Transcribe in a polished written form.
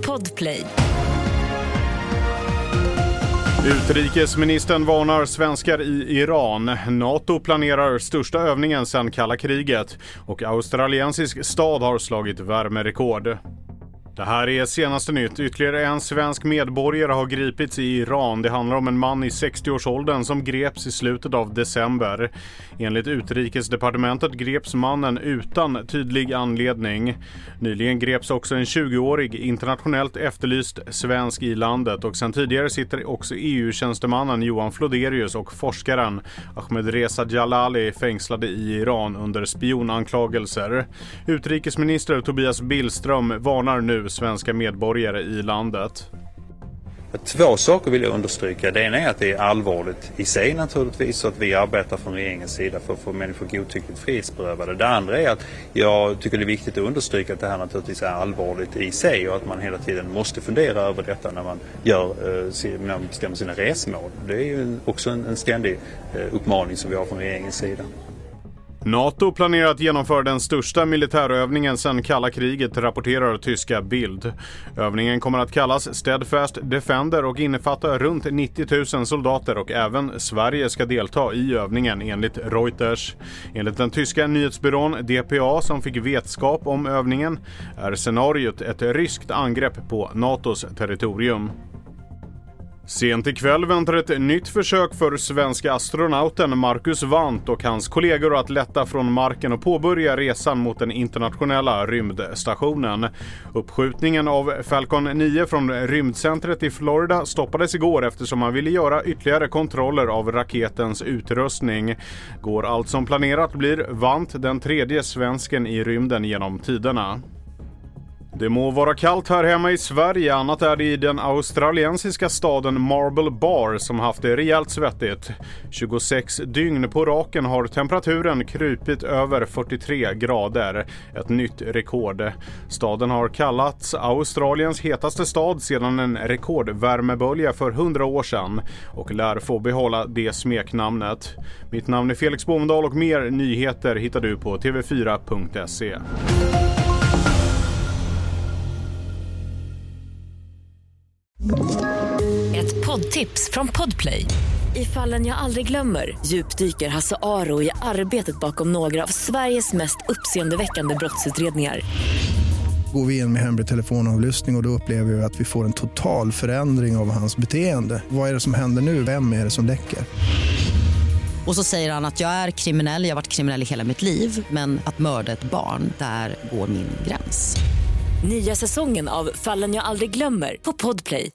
Podplay. Utrikesministern varnar svenskar i Iran. NATO planerar största övningen sedan kalla kriget och australiensisk stad har slagit värmerekord. Det här är senaste nytt. Ytterligare en svensk medborgare har gripits i Iran. Det handlar om en man i 60-årsåldern som greps i slutet av december. Enligt utrikesdepartementet greps mannen utan tydlig anledning. Nyligen greps också en 20-årig internationellt efterlyst svensk i landet och sedan tidigare sitter också EU-tjänstemannen Johan Floderius och forskaren Ahmadreza Djalali fängslade i Iran under spionanklagelser. Utrikesminister Tobias Billström varnar nu svenska medborgare i landet. Två saker vill jag understryka. Det ena är att det är allvarligt i sig naturligtvis, så att vi arbetar från regeringens sida för att få människor godtyckligt frihetsberövade. Det andra är att jag tycker det är viktigt att understryka att det här naturligtvis är allvarligt i sig och att man hela tiden måste fundera över detta när man bestämmer sina resmål. Det är ju också en ständig uppmaning som vi har från regeringens sida. NATO planerar att genomföra den största militärövningen sedan kalla kriget, rapporterar tyska Bild. Övningen kommer att kallas Steadfast Defender och innefattar runt 90 000 soldater och även Sverige ska delta i övningen enligt Reuters. Enligt den tyska nyhetsbyrån DPA som fick vetskap om övningen är scenariot ett ryskt angrepp på NATOs territorium. Sent ikväll väntar ett nytt försök för svenska astronauten Marcus Wandt och hans kollegor att lätta från marken och påbörja resan mot den internationella rymdstationen. Uppskjutningen av Falcon 9 från rymdcentret i Florida stoppades igår eftersom man ville göra ytterligare kontroller av raketens utrustning. Går allt som planerat blir Wandt den tredje svensken i rymden genom tiderna. Det må vara kallt här hemma i Sverige, annat är det i den australiensiska staden Marble Bar som haft det rejält svettigt. 26 dygn på raken har temperaturen krypit över 43 grader, ett nytt rekord. Staden har kallats Australiens hetaste stad sedan en rekordvärmebölja för 100 år sedan och lär få behålla det smeknamnet. Mitt namn är Felix Bomdahl och mer nyheter hittar du på tv4.se. Ett poddtips från Podplay. I Fallen jag aldrig glömmer djupdyker Hasse Aro i arbetet bakom några av Sveriges mest uppseendeväckande brottsutredningar. Går vi in med hemlig telefonavlyssning och då upplever vi att vi får en total förändring av hans beteende. Vad är det som händer nu? Vem är det som läcker? Och så säger han att jag är kriminell, jag har varit kriminell i hela mitt liv. Men att mörda ett barn, där går min gräns. Nya säsongen av Fallen jag aldrig glömmer på Podplay.